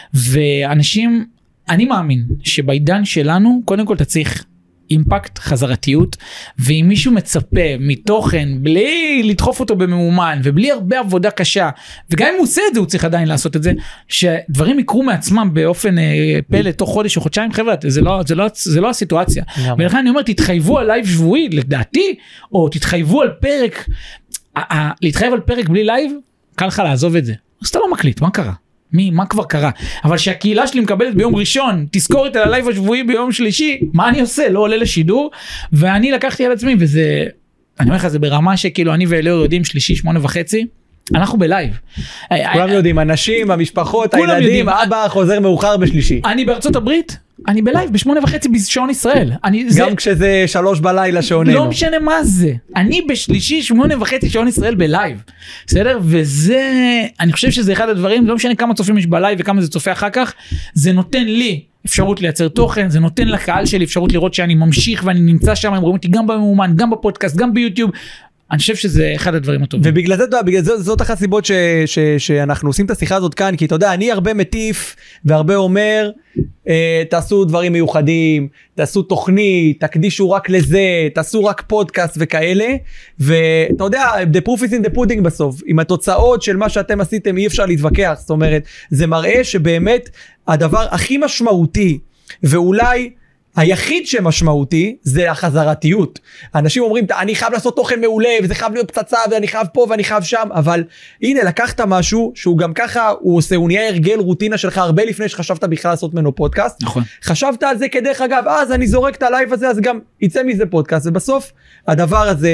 ואנשים, אני מאמין שבעידן שלנו, קודם כל אתה צריך אימפקט, חזרתיות, ואם מישהו מצפה מתוכן, בלי לדחוף אותו במאומן, ובלי הרבה עבודה קשה, וגם אם הוא עושה את זה, הוא צריך עדיין לעשות את זה, שדברים יקרו מעצמם באופן אה, פלא, תוך חודש או חודשיים, חבר'ה, זה לא, זה לא, זה לא הסיטואציה. ולכן אני אומר, תתחייבו על לייב שבועי, לדעתי, או תתחייבו על פרק, ה- ה- להתחייב על פרק בלי לייב, קל לך לעזוב את זה. אז אתה לא מקליט, מה קרה? מי, מה כבר קרה? אבל שהקהילה שלי מקבלת ביום ראשון, תזכורת על הלייב השבועי ביום שלישי, מה אני עושה? לא עולה לשידור, ואני לקחתי על עצמי, וזה, אני אומר לך, זה ברמה שכאילו אני ואליאור יודעים שלישי, שמונה וחצי, אנחנו בלייב. כולם יודעים, אנשים, המשפחות, הילדים, אבא חוזר מאוחר בשלישי. אני בארצות הברית, אני בלייב בשמונה וחצי בשעון ישראל. אני, גם זה, כשזה שלוש בלילה שעוננו. לא משנה מה זה. אני בשלישי שמונה וחצי שעון ישראל בלייב. בסדר? וזה, אני חושב שזה אחד הדברים, לא משנה כמה צופים יש בלייב וכמה זה צופה אחר כך, זה נותן לי אפשרות לייצר תוכן, זה נותן לקהל שלי אפשרות לראות שאני ממשיך ואני נמצא שם, הם רואים אותי גם במאומן, גם בפודקאסט, גם ביוטיוב. אני חושב שזה אחד הדברים הטובים. ובגלל זה, בגלל זה, זאת אחת הסיבות ש, ש, שאנחנו עושים את השיחה הזאת כאן, כי אתה יודע, אני הרבה מטיף והרבה אומר, אה, תעשו דברים מיוחדים, תעשו תוכנית, תקדישו רק לזה, תעשו רק פודקאסט וכאלה, ואתה יודע, the proof is in the pudding בסוף, עם התוצאות של מה שאתם עשיתם אי אפשר להתווכח, זאת אומרת, זה מראה שבאמת הדבר הכי משמעותי, ואולי היחיד שמשמעותי זה החזרתיות. אנשים אומרים, אני חייב לעשות תוכן מעולה, וזה חייב להיות פצצה, ואני חייב פה ואני חייב שם, אבל הנה, לקחת משהו שהוא גם ככה, הוא עושה, הוא נהיה הרגל רוטינה שלך הרבה לפני שחשבת בכלל לעשות ממנו פודקאסט. נכון. חשבת על זה כדרך אגב, אז אני זורק את הלייב הזה, אז גם יצא מזה פודקאסט, ובסוף הדבר הזה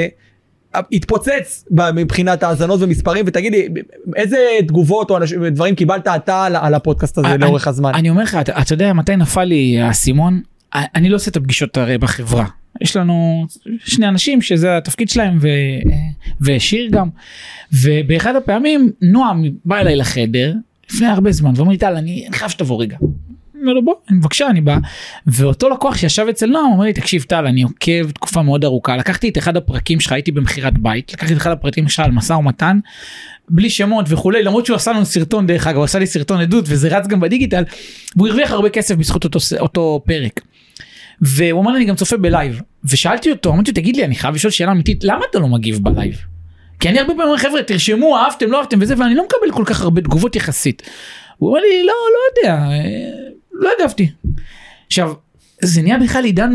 התפוצץ מבחינת האזנות ומספרים, ותגיד לי, איזה תגובות או דברים קיבלת אתה על הפודקאסט הזה לאורך הזמן? אני אומר לך, אתה יודע מתי נפל לי הסימון? אני לא עושה את הפגישות הרי בחברה. יש לנו שני אנשים שזה התפקיד שלהם, ו... ושיר גם. ובאחד הפעמים נועם בא אליי לחדר, לפני הרבה זמן, ואומר לי, טל, אני חייב שתבוא רגע. אני אומר לו, בוא, אני מבקשה, אני בא. ואותו לקוח שישב אצל נועם, אומר לי, תקשיב טל, אני עוקב תקופה מאוד ארוכה. לקחתי את אחד הפרקים שלך, הייתי במחירת בית, לקחתי את אחד הפרקים שלך על מסע ומתן, בלי שמות וכולי, למרות שהוא עשה לנו סרטון דרך אגב, הוא עשה לי סרטון עדות, וזה רץ גם בדיגיטל, והוא הרוויח הרבה כסף בזכות אותו, אותו פרק. והוא אמר לי, אני גם צופה בלייב. ושאלתי אותו, אמרתי, תגיד לי, אני חייב לשאול שאלה אמיתית, למה אתה לא מגיב בלייב? כי אני הרבה פעמים אומר, חבר'ה, תרשמו, אהבתם, לא אהבתם וזה, ואני לא מקבל כל כך הרבה תגובות יחסית. הוא אומר לי, לא, לא יודע, לא הגבתי. עכשיו, זה נהיה בכלל עידן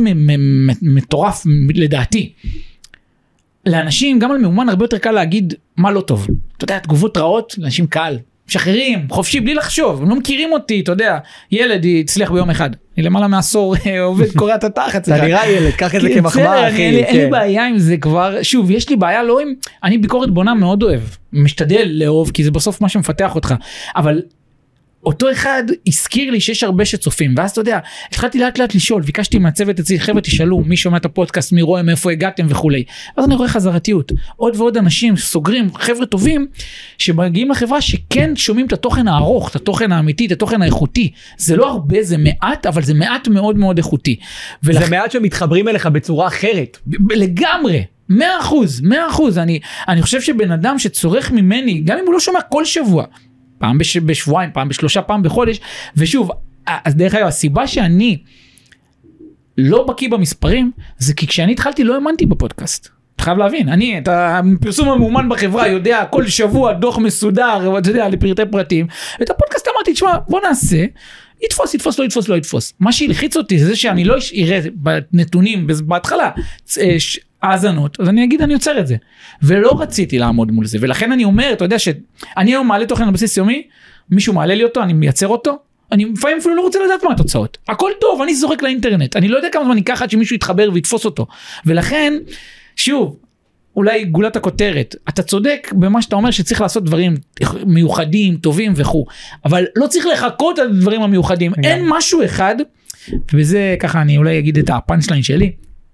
מטורף, לדעתי. לאנשים, גם על מאומן, הרבה יותר קל להגיד מה לא טוב. אתה יודע, תגובות רעות, לאנשים קל. משחררים, חופשי, בלי לחשוב, הם לא מכירים אותי, אתה יודע, ילד יצליח ביום אחד, אני למעלה מעשור עובד קורא את התחת. אתה נראה ילד, קח את זה כמחמאה, אחי. אין לי בעיה עם זה כבר, שוב, יש לי בעיה לא עם, אני ביקורת בונה מאוד אוהב, משתדל לאהוב, כי זה בסוף מה שמפתח אותך, אבל אותו אחד הזכיר לי שיש הרבה שצופים, ואז אתה יודע, התחלתי לאט לאט לשאול, ביקשתי מהצוות אצלי, חבר'ה תשאלו, מי שומע את הפודקאסט, מי רואה מאיפה הגעתם וכולי. אז אני רואה חזרתיות, עוד ועוד אנשים סוגרים, חבר'ה טובים, שמגיעים לחברה שכן שומעים את התוכן הארוך, את התוכן האמיתי, את התוכן האיכותי. זה לא הרבה, זה מעט, אבל זה מעט מאוד מאוד איכותי. ולכ... זה מעט שמתחברים אליך בצורה אחרת. לגמרי. מאה אחוז, מאה אחוז. אני, אני חושב שבן אדם שצורך ממני, גם אם הוא לא שומע כל שבוע, פעם בש... בשבועיים, פעם בשלושה, פעם בחודש, ושוב, אז דרך אגב, הסיבה שאני לא בקיא במספרים, זה כי כשאני התחלתי לא האמנתי בפודקאסט. אתה חייב להבין, אני, את הפרסום המאומן בחברה, יודע, כל שבוע דוח מסודר, אתה יודע, לפרטי פרטים, ואת הפודקאסט אמרתי, תשמע, בוא נעשה, יתפוס, יתפוס, לא יתפוס, לא יתפוס. מה שהלחיץ אותי, זה שאני לא אראה בנתונים, בהתחלה, האזנות, אז אני אגיד, אני יוצר את זה. ולא רציתי לעמוד מול זה, ולכן אני אומר, אתה יודע שאני היום מעלה תוכן על בסיס יומי, מישהו מעלה לי אותו, אני מייצר אותו, אני לפעמים אפילו לא רוצה לדעת מה התוצאות. הכל טוב, אני זורק לאינטרנט. אני לא יודע כמה זמן ייקח עד שמישהו יתחבר ויתפוס אותו. ולכן, שוב, אולי גולת הכותרת, אתה צודק במה שאתה אומר שצריך לעשות דברים מיוחדים, טובים וכו', אבל לא צריך לחכות על דברים המיוחדים. אין משהו אחד, וזה ככה אני אולי אגיד את הפאנצ'ליין שלי,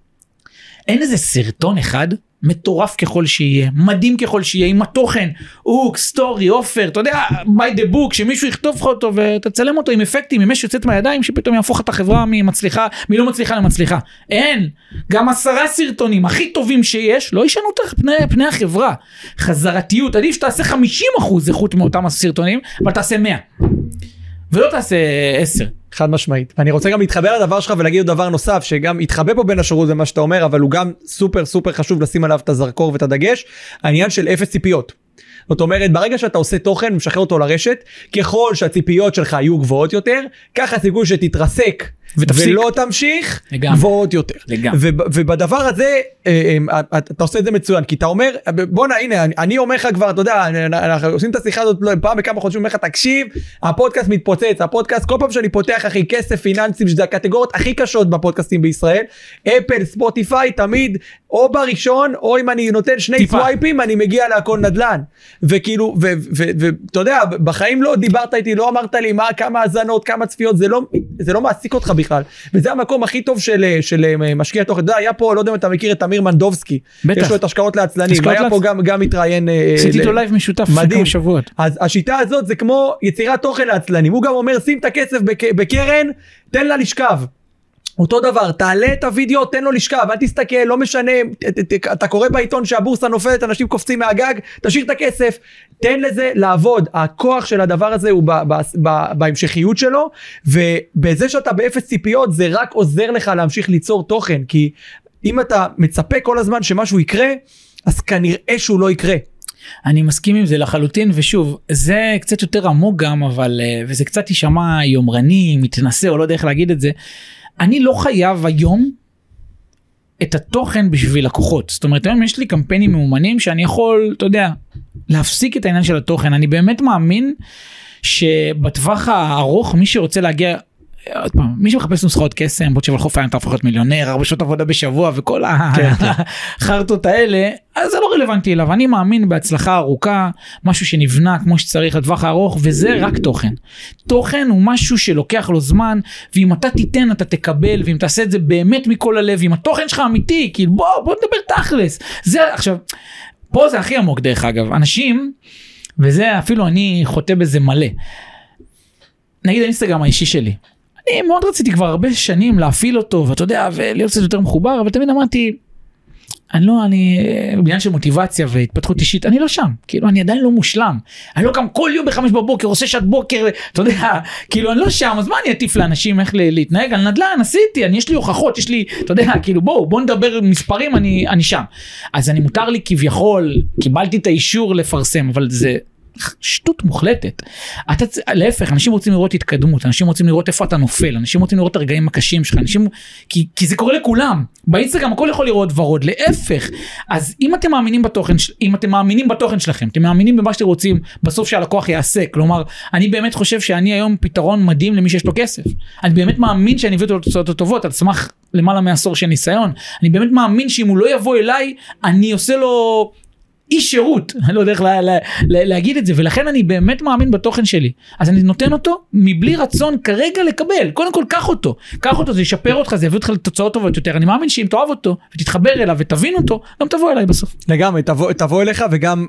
אין איזה סרטון אחד, מטורף ככל שיהיה, מדהים ככל שיהיה, עם התוכן, אוק, סטורי, אופר, אתה יודע, by the book, שמישהו יכתוב לך אותו ותצלם אותו עם אפקטים, עם מש יוצאת מהידיים, שפתאום יהפוך את החברה ממצליחה, מלא מצליחה למצליחה. אין, גם עשרה סרטונים הכי טובים שיש, לא ישנו את פני, פני החברה. חזרתיות, עדיף שתעשה חמישים אחוז איכות מאותם הסרטונים, אבל תעשה מאה. ולא תעשה עשר. חד משמעית. אני רוצה גם להתחבר לדבר שלך ולהגיד דבר נוסף, שגם יתחבא פה בין השירות ומה שאתה אומר, אבל הוא גם סופר סופר חשוב לשים עליו את הזרקור ואת הדגש, העניין של אפס ציפיות. זאת אומרת, ברגע שאתה עושה תוכן, משחרר אותו לרשת, ככל שהציפיות שלך יהיו גבוהות יותר, ככה הסיכוי שתתרסק, ותפסיק. ולא תמשיך, גבוהות יותר. ובדבר הזה, אתה עושה את זה מצוין, כי אתה אומר, בוא נה, הנה, אני אומר לך כבר, אתה יודע, אנחנו עושים את השיחה הזאת פעם בכמה חודשים, אומר לך, תקשיב, הפודקאסט מתפוצץ, הפודקאסט, כל פעם שאני פותח, אחי, כסף, פיננסים, שזה הקטגוריות הכי קשות בפודקאסט בישראל, אפל, ספוטיפיי, תמיד, או בראשון, או אם אני נותן שני סווייפים, אני מגיע להכל נדל"ן. וכאילו, ואתה יודע, בחיים לא דיברת איתי, לא אמרת לי מה, כמה הזנות, כמה צפיות, זה לא, זה לא מעסיק אותך בכלל. וזה המקום הכי טוב של, של משקיע תוכן. אתה יודע, היה פה, לא יודע אם אתה מכיר את אמיר מנדובסקי. בטח. יש לו את השקעות לעצלנים. היה פה גם, גם מתראיין. עשיתי איתו לייב משותף לפני כמה שבועות. אז השיטה הזאת זה כמו יצירת תוכן לעצלנים. הוא גם אומר, שים את הכסף בקרן, תן לה לשכב. אותו דבר, תעלה את הוידאו, תן לו לשכב, אל תסתכל, לא משנה, אתה קורא בעיתון שהבורסה נופלת, אנשים קופצים מהגג, תשאיר את הכסף, תן לזה לעבוד, הכוח של הדבר הזה הוא בהמשכיות שלו, ובזה שאתה באפס ציפיות, זה רק עוזר לך להמשיך ליצור תוכן, כי אם אתה מצפה כל הזמן שמשהו יקרה, אז כנראה שהוא לא יקרה. אני מסכים עם זה לחלוטין, ושוב, זה קצת יותר עמוק גם, אבל, וזה קצת יישמע יומרני, מתנסה, או לא יודע איך להגיד את זה, אני לא חייב היום את התוכן בשביל לקוחות. זאת אומרת, היום יש לי קמפיינים מאומנים שאני יכול, אתה יודע, להפסיק את העניין של התוכן. אני באמת מאמין שבטווח הארוך, מי שרוצה להגיע, עוד פעם, מי שמחפש נוסחאות קסם, בוא תשב על חוף הים, אתה הופך להיות מיליונר, הרבה שעות עבודה בשבוע, וכל החרטות האלה, אז זה לא רלוונטי אליו. אני מאמין בהצלחה ארוכה, משהו שנבנה כמו שצריך לטווח הארוך, וזה רק תוכן. תוכן הוא משהו שלוקח לו זמן, ואם אתה תיתן, אתה תקבל, ואם תעשה את זה באמת מכל הלב, אם התוכן שלך אמיתי, כאילו בוא, בוא נדבר תכלס. זה עכשיו, פה זה הכי עמוק דרך אגב. אנשים, וזה אפילו אני חוטא בזה מלא. נגיד האינסטגרם האישי שלי. אני מאוד רציתי כבר הרבה שנים להפעיל אותו, ואתה יודע, ולהיות קצת יותר מחובר, אבל תמיד אמרתי, אני לא, אני, בעניין של מוטיבציה והתפתחות אישית, אני לא שם, כאילו, אני עדיין לא מושלם, אני לא קם כל יום בחמש בבוקר, עושה שעת בוקר, אתה יודע, כאילו, אני לא שם, אז מה אני אטיף לאנשים איך להתנהג על נדל"ן, עשיתי, אני, יש לי הוכחות, יש לי, אתה יודע, כאילו, בואו, בואו נדבר מספרים, אני, אני שם, אז אני מותר לי כביכול, קיבלתי את האישור לפרסם, אבל זה, שטות מוחלטת. אתה, להפך, אנשים רוצים לראות התקדמות, אנשים רוצים לראות איפה אתה נופל, אנשים רוצים לראות את הרגעים הקשים שלך, אנשים, כי, כי זה קורה לכולם. באינסטגרם הכל יכול לראות ורוד, להפך. אז אם אתם מאמינים בתוכן, אם אתם מאמינים בתוכן שלכם, אתם מאמינים במה שאתם רוצים, בסוף שהלקוח יעשה. כלומר, אני באמת חושב שאני היום פתרון מדהים למי שיש לו כסף. אני באמת מאמין שאני אביא אותו לתוצאות הטובות, על סמך למעלה מעשור של ניסיון. אני באמת מאמין שאם הוא לא יבוא אליי, אני עושה לו אי שירות, אני לא יודע איך לה, לה, לה, להגיד את זה, ולכן אני באמת מאמין בתוכן שלי, אז אני נותן אותו מבלי רצון כרגע לקבל, קודם כל קח אותו, קח אותו, זה ישפר אותך, זה יביא אותך לתוצאות טובות יותר, אני מאמין שאם תאהב אותו, ותתחבר אליו ותבין אותו, גם תבוא אליי בסוף. לגמרי, תבוא, תבוא אליך וגם,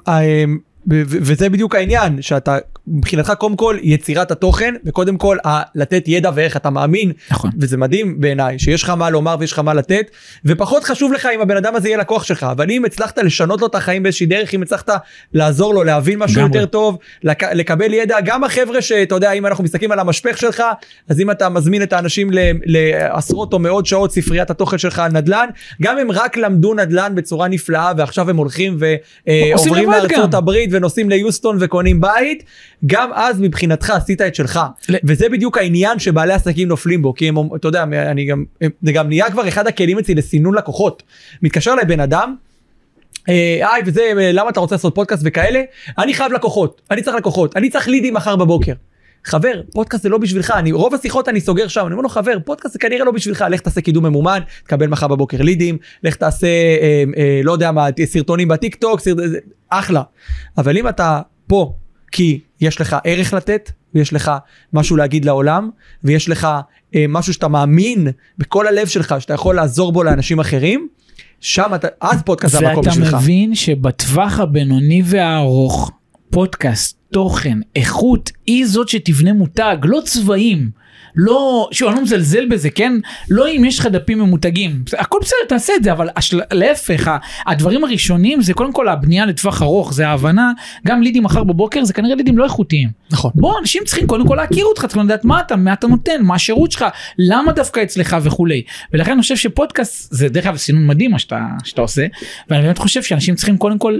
וזה בדיוק העניין, שאתה מבחינתך קודם כל יצירת התוכן, וקודם כל לתת ידע ואיך אתה מאמין, נכון. וזה מדהים בעיניי, שיש לך מה לומר ויש לך מה לתת, ופחות חשוב לך אם הבן אדם הזה יהיה לקוח שלך, אבל אם הצלחת לשנות לו את החיים באיזושהי דרך, אם הצלחת לעזור לו להבין משהו יותר טוב, לק- לקבל ידע, גם החבר'ה שאתה יודע, אם אנחנו מסתכלים על המשפך שלך, אז אם אתה מזמין את האנשים לעשרות או מאות שעות ספריית התוכן שלך על נדל"ן, גם הם רק למדו נדל"ן בצורה נפלאה, ועכשיו הם הולכים ועוברים לארצות הברית ונוסעים ליוסטון וקונים בית, גם אז מבחינתך עשית את שלך, וזה בדיוק העניין שבעלי עסקים נופלים בו, כי הם, אתה יודע, אני גם, זה גם נהיה כבר אחד הכלים אצלי לסינון לקוחות, מתקשר אליי בן אדם, היי וזה, למה אתה רוצה לעשות פודקאסט וכאלה, אני חייב לקוחות, אני צריך לקוחות, אני צריך לידים מחר בבוקר, חבר, פודקאסט זה לא בשבילך, אני, רוב השיחות אני סוגר שם, אני אומר לו, חבר, פודקאסט זה כנראה לא בשבילך, לך תעשה קידום ממומן, תקבל מחר בבוקר לידים, לך תעשה, אה, אה, לא יודע מה, סרטונים בטיק טוק, סרט, אחלה. אבל אם אתה פה, כי יש לך ערך לתת, ויש לך משהו להגיד לעולם, ויש לך אה, משהו שאתה מאמין בכל הלב שלך, שאתה יכול לעזור בו לאנשים אחרים, שם אתה, אז פודקאסט זה המקום בשבילך. ואתה מבין שבטווח הבינוני והארוך, פודקאסט, תוכן, איכות, היא זאת שתבנה מותג, לא צבעים, לא, שוב, אני לא מזלזל בזה, כן? לא אם יש לך דפים ממותגים, הכל בסדר, תעשה את זה, אבל השל... להפך, הדברים הראשונים זה קודם כל הבנייה לטווח ארוך, זה ההבנה, גם לידים מחר בבוקר, זה כנראה לידים לא איכותיים. נכון. בוא, אנשים צריכים קודם כל להכיר אותך, צריכים לדעת מה אתה, מה אתה נותן, מה השירות שלך, למה דווקא אצלך וכולי. ולכן אני חושב שפודקאסט, זה דרך אגב סינון מדהים מה שאתה, שאתה עושה, ואני באמת חושב שאנשים צריכים קודם כל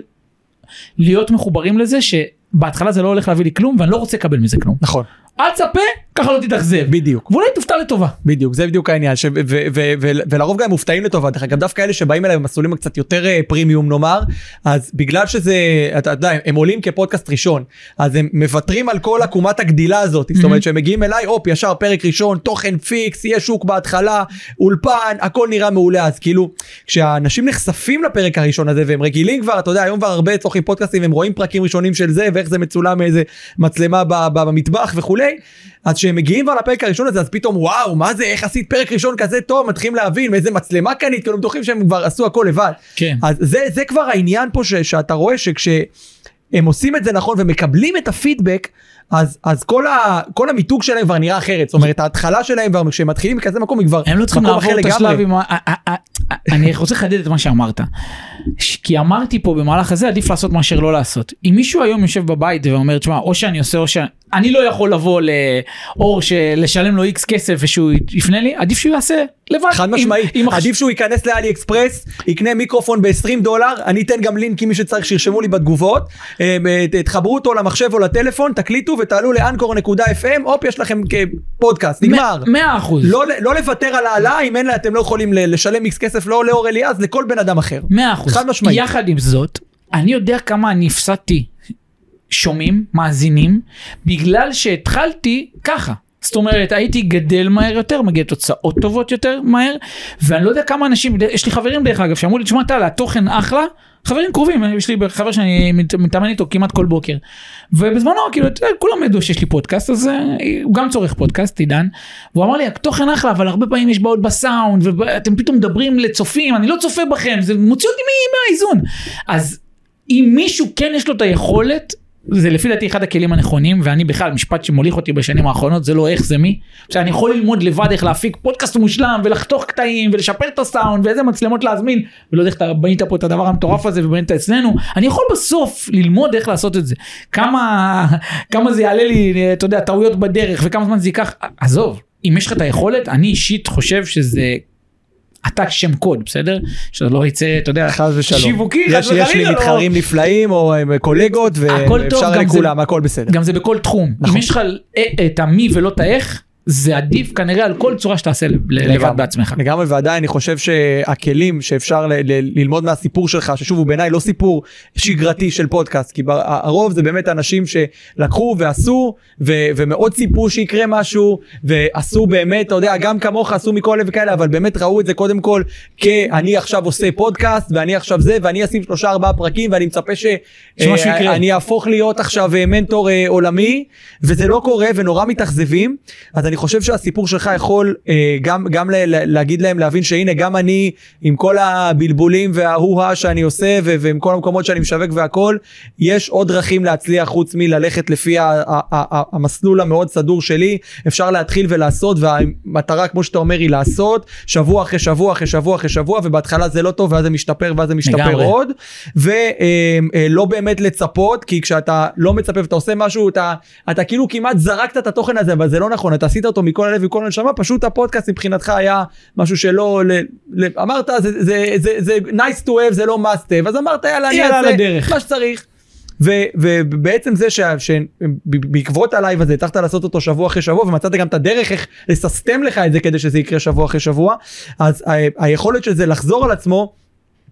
להיות מחוברים לזה, שבהתחלה זה לא הולך להביא לי כלום, ואני לא רוצה לקבל מזה כלום. נכון. אל תספה, ככה לא תתאכזב. בדיוק. ואולי תופתע לטובה. בדיוק, זה בדיוק העניין, ש- ו- ו- ו- ו- ולרוב גם מופתעים לטובה, גם דווקא אלה שבאים אליי במסלולים קצת יותר פרימיום נאמר, אז בגלל שזה, אתה יודע, הם עולים כפודקאסט ראשון, אז הם מוותרים על כל עקומת הגדילה הזאת, זאת אומרת שהם מגיעים אליי, אופ, ישר פרק ראשון, תוכן פיקס, יהיה שוק בהתחלה, אולפן, הכל נראה מעולה, אז כאילו, כשהאנשים נחשפים לפרק הראשון הזה, והם רגילים כבר, אתה יודע, היום כבר הרבה צורכים פודקאסטים, הם רואים פרקים ראשונים של זה, ואיך זה מצולם מאיזה מצלמה במטבח וכולי, אז שהם מגיעים כבר לפרק הראשון הזה, אז פתאום וואו, מה זה, איך עשית פרק ראשון כזה טוב, מתחילים להבין מאיזה מצלמה קנית, כאילו בטוחים שהם כבר עשו הכל לבד. כן. אז זה, זה כבר העניין פה ש, שאתה רואה שכשהם עושים את זה נכון ומקבלים את הפידבק, אז, אז כל, ה, כל המיתוג שלהם כבר נראה אחרת, זאת אומרת, ההתחלה שלהם כבר, כשהם מתחילים מכזה מקום, היא כבר הם לא צריכים לעבור את השלב עם ה... אני רוצה לחדד את מה שאמרת, כי אמרתי פה במהלך הזה, עדיף לעשות מאשר לא לעשות. אם מישהו היום יושב בבית ואומר, תשמע, או שאני עושה, או שאני לא יכול לבוא לאור לשלם לו איקס כסף ושהוא יפנה לי, עדיף שהוא יעשה לבד. חד משמעית, עדיף שהוא ייכנס לאלי אקספרס, יקנה מיקרופון ב-עשרים דולר, אני אתן גם לינק מי שצריך שירשמו לי בתגובות, תחברו אותו למחשב או לטלפון, תקליטו ותעלו לאנקור נקודה אף אם, אופ, יש לכם פודקאסט, נגמר. מאה אחוז. לא, לא לוותר על העלה, אם אין לה, אתם לא יכולים לשלם איקס כסף, לא לאור אליעז, לכל בן אדם אחר. מאה אחוז. חד משמעית. יחד עם זאת, אני יודע כמה אני הפסדתי שומעים, מאזינים, בגלל שהתחלתי ככה. זאת אומרת, הייתי גדל מהר יותר, מגיע תוצאות טובות יותר מהר, ואני לא יודע כמה אנשים, יש לי חברים דרך אגב, שאמרו לי, תשמע, אתה, התוכן אחלה, חברים קרובים, יש לי חבר שאני מתאמן איתו כמעט כל בוקר, ובזמנו, כאילו, כולם ידעו שיש לי פודקאסט, אז הוא גם צורך פודקאסט, עידן, והוא אמר לי, התוכן אחלה, אבל הרבה פעמים יש בעיות בסאונד, ואתם פתאום מדברים לצופים, אני לא צופה בכם, זה מוציא אותי מהאיזון. אז אם מישהו כן יש לו את היכולת, זה לפי דעתי אחד הכלים הנכונים, ואני בכלל, משפט שמוליך אותי בשנים האחרונות, זה לא איך זה מי, שאני יכול ללמוד לבד איך להפיק פודקאסט מושלם, ולחתוך קטעים, ולשפר את הסאונד, ואיזה מצלמות להזמין, ולא יודע איך אתה בנית פה את הדבר המטורף הזה, ובנית אצלנו, אני יכול בסוף ללמוד איך לעשות את זה, כמה, כמה זה יעלה לי, אתה יודע, טעויות בדרך, וכמה זמן זה ייקח, עזוב, אם יש לך את היכולת, אני אישית חושב שזה, אתה שם קוד, בסדר? שאתה לא יצא, אתה יודע, שיווקי, יש לי מתחרים נפלאים או קולגות ואפשר לכולם, הכל בסדר. גם זה בכל תחום. אם יש לך את המי ולא את האיך, זה עדיף כנראה על כל צורה שתעשה לבד בעצמך. לגמרי, ועדיין אני חושב שהכלים שאפשר ללמוד מהסיפור שלך, ששוב הוא בעיניי לא סיפור שגרתי של פודקאסט, כי הרוב זה באמת אנשים שלקחו ועשו, ומאוד סיפרו שיקרה משהו, ועשו באמת, אתה יודע, גם כמוך עשו מכל לב וכאלה, אבל באמת ראו את זה קודם כל, כי עכשיו עושה פודקאסט, ואני עכשיו זה, ואני אשים שלושה ארבעה פרקים, ואני מצפה שאני אהפוך להיות עכשיו מנטור עולמי, וזה לא קורה, ונורא מתאכזבים. אז אני חושב שהסיפור שלך יכול אה, גם, גם ל- ל- להגיד להם, להבין שהנה גם אני עם כל הבלבולים וההוה שאני עושה ו- ועם כל המקומות שאני משווק והכל, יש עוד דרכים להצליח חוץ מללכת לפי ה- ה- ה- המסלול המאוד סדור שלי, אפשר להתחיל ולעשות, והמטרה כמו שאתה אומר היא לעשות, שבוע אחרי שבוע אחרי שבוע אחרי שבוע, ובהתחלה זה לא טוב ואז זה משתפר ואז זה משתפר לגמרי. עוד, ולא אה, אה, באמת לצפות, כי כשאתה לא מצפה ואתה עושה משהו, אתה, אתה כאילו כמעט זרקת את התוכן הזה, אבל זה לא נכון, אתה עשית אותו מכל הלב וכל הנשמה, פשוט הפודקאסט מבחינתך היה משהו שלא, ל, ל, אמרת זה, זה, זה, זה nice to have, זה לא must have, אז אמרת יאללה, אני אעשה מה שצריך. ו, ובעצם זה שבעקבות הלייב הזה, הצלחת לעשות אותו שבוע אחרי שבוע, ומצאת גם את הדרך איך לססטם לך את זה כדי שזה יקרה שבוע אחרי שבוע, אז ה, היכולת של זה לחזור על עצמו,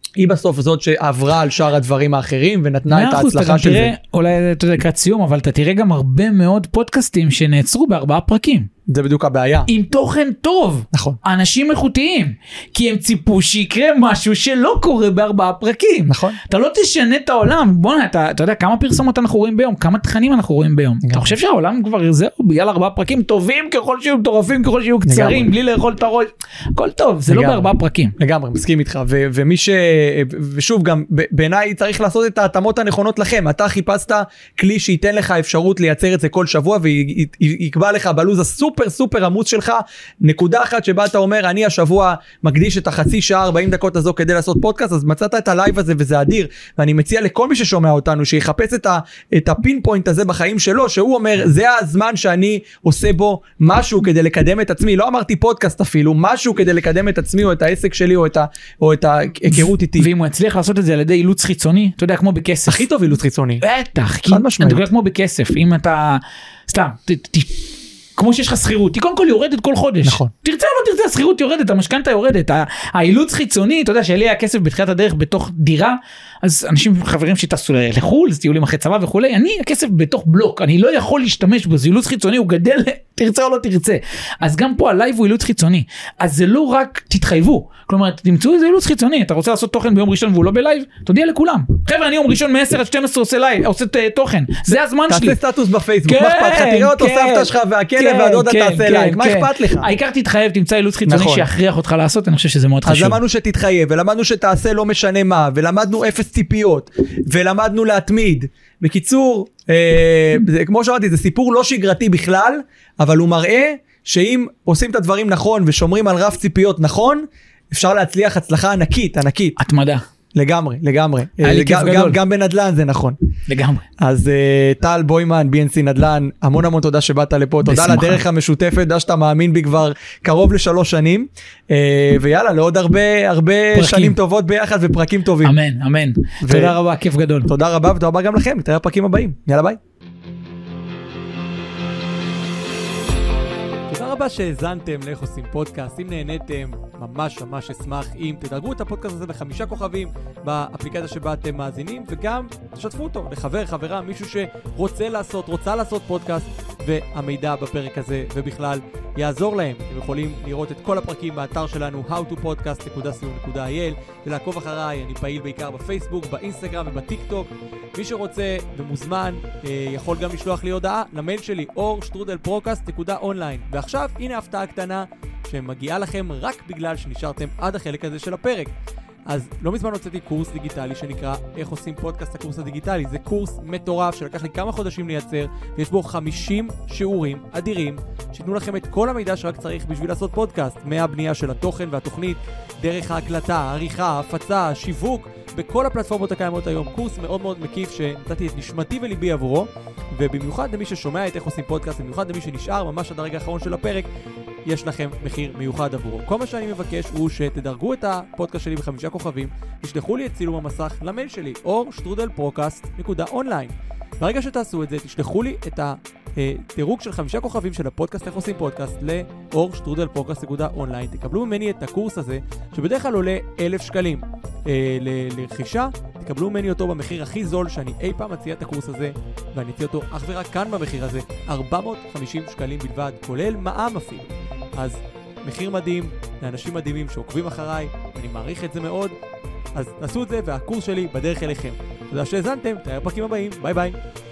היא בסוף זאת שעברה על שאר הדברים האחרים ונתנה את ההצלחה של זה. אולי אתה יודע לקראת סיום, אבל אתה תראה גם הרבה מאוד פודקאסטים שנעצרו בארבעה פרקים. זה בדיוק הבעיה. עם תוכן טוב. נכון. אנשים איכותיים. כי הם ציפו שיקרה משהו שלא קורה בארבעה פרקים. נכון. אתה לא תשנה את העולם. בוא נה, אתה, אתה יודע כמה פרסומות אנחנו רואים ביום, כמה תכנים אנחנו רואים ביום. אתה חושב שהעולם כבר זהו, בגלל ארבעה פרקים טובים ככל שיהיו מטורפים, ככל שיהיו קצרים, בלי לאכול את הראש. הכל טוב, זה לא בארבעה פרקים. לגמרי, מסכים איתך. ו- ומי ש... ושוב, גם בעיניי צריך לעשות את ההתאמות הנכונות לכם. אתה חיפשת כלי שייתן לך אפשרות לייצר את זה כל שבוע, ויקבע לך בלוז הסופר סופר עמוס שלך, נקודה אחת שבה אתה אומר, אני השבוע מקדיש את החצי שעה ארבעים דקות הזו כדי לעשות פודקאסט, אז מצאת את הלייב הזה וזה אדיר, ואני מציע לכל מי ששומע אותנו, שיחפש את, ה, את הפין פוינט הזה בחיים שלו, שהוא אומר, זה הזמן שאני עושה בו משהו כדי לקדם את עצמי, לא אמרתי פודקאסט אפילו, משהו כדי לקדם את עצמי, או את העסק שלי, או את, ה, או את ההיכרות איתי. ואם הוא הצליח לעשות את זה על ידי אילוץ חיצוני, אתה יודע, כמו בכסף. הכי טוב אילוץ חיצוני. בטח, כי אתה יודע, כמו בכסף, אם אתה, סתם, ת, ת, כמו שיש לך שכירות, היא קודם כל יורדת כל חודש. נכון. תרצה או לא תרצה, השכירות יורדת, המשכנתה יורדת, האילוץ חיצוני, אתה יודע שלי היה כסף בתחילת הדרך בתוך דירה, אז אנשים חברים שטסו לחול, זה טיולים אחרי צבא וכולי, אני הכסף בתוך בלוק, אני לא יכול להשתמש בו, זה אילוץ חיצוני, הוא גדל, תרצה או לא תרצה. אז גם פה הלייב הוא אילוץ חיצוני, אז זה לא רק תתחייבו, כלומר תמצאו איזה אילוץ חיצוני, אתה רוצה לעשות תוכן ביום ראשון והוא לא בלייב, תודיע לכולם. חבר'ה, אני יום ראשון מ-עשר עד שתים עשרה עושה לייב, עושה תוכן, זה הזמן שלי. תעשה סטטוס בפייסבוק, מה אכפת לך? תראה אותו סבתא שלך והכלב והדודה תעשה לייק, מה אכפת לך? העיקר תתחייב, תמצא אילוץ חיצוני שיכריח אותך לעשות, אני חושב שזה מאוד חשוב. אז למדנו שתתחייב, ולמדנו שתעשה לא משנה מה, ולמדנו אפס ציפיות, ולמדנו להתמיד. בקיצור, אה, זה, כמו שאמרתי, זה סיפור לא שגרתי בכלל, אבל הוא מראה שאם עושים את הדברים נכון, ושומרים על רף ציפיות נכון, אפשר להצליח הצלחה ענקית, ענקית. התמדה. לגמרי, לגמרי. גם, גם, גם בנדלן זה נכון. לגמרי. אז uh, טל בוימן, בי אן סי נדלן, המון המון תודה שבאת לפה, תודה בשמחה. לדרך המשותפת, תודה שאתה מאמין בי כבר קרוב לשלוש שנים, uh, ויאללה, לעוד הרבה, הרבה שנים טובות ביחד ופרקים טובים. אמן, אמן. ו... תודה רבה, כיף גדול. תודה רבה ותודה רבה גם לכם, נתראה בפרקים הבאים. יאללה ביי. תודה רבה שהזנתם לאיך עושים פודקאסט. אם נהניתם, ממש ממש אשמח אם תדרגו את הפודקאסט הזה בחמישה כוכבים באפליקציה שבה אתם מאזינים, וגם תשתפו אותו לחבר, חברה, מישהו שרוצה לעשות, רוצה לעשות פודקאסט, והמידע בפרק הזה ובכלל יעזור להם. אתם יכולים לראות את כל הפרקים באתר שלנו how to podcast dot co dot il ולעקוב אחריי, אני פעיל בעיקר בפייסבוק, באינסטגרם ובטיק טוק. מי שרוצה ומוזמן יכול גם לשלוח לי הודעה למייל שלי or strudel podcast dot online. ועכשיו הנה הפתעה קטנה שמגיעה לכם רק בגלל שנשארתם עד החלק הזה של הפרק. אז לא מזמן הוצאתי קורס דיגיטלי שנקרא איך עושים פודקאסט, הקורס הדיגיטלי. זה קורס מטורף שלקח לי כמה חודשים לייצר, ויש בו חמישים שיעורים אדירים שיתנו לכם את כל המידע שרק צריך בשביל לעשות פודקאסט, מהבנייה של התוכן והתוכנית, דרך ההקלטה, העריכה, הפצה, שיווק, בכל הפלטפורמות הקיימות היום. קורס מאוד מאוד מקיף שנתתי את נשמתי וליבי עבורו, ובמיוחד למי ששומע את איך עושים פודקאסט, במיוחד למי שנשאר ממש עד הרגע האחרון של הפרק, יש לכם מחיר מיוחד עבורו. כל מה שאני מבקש הוא שתדרגו את הפודקאסט שלי בחמישה כוכבים, תשלחו לי את צילום המסך למייל שלי or strudel podcast dot online. ברגע שתעשו את זה, תשלחו לי את הדירוג של חמישה כוכבים של הפודקאסט איך עושים פודקאסט ל-or strudel podcast dot online. תקבלו ממני את הקורס הזה שבדרך כלל עולה אלף שקלים אה, לרכישה. תקבלו ממני אותו במחיר הכי זול שאני אי פעם מציע את הקורס הזה, ואני אציע אותו אך ורק כאן במחיר הזה, ארבע מאות וחמישים שקלים בלבד, כולל מע"מ אפילו. אז מחיר מדהים לאנשים מדהימים שעוקבים אחריי, אני מעריך את זה מאוד. אז תעשו את זה והקורס שלי בדרך אליכם. תודה שהזנתם, תראה בפרקים הבאים, ביי ביי.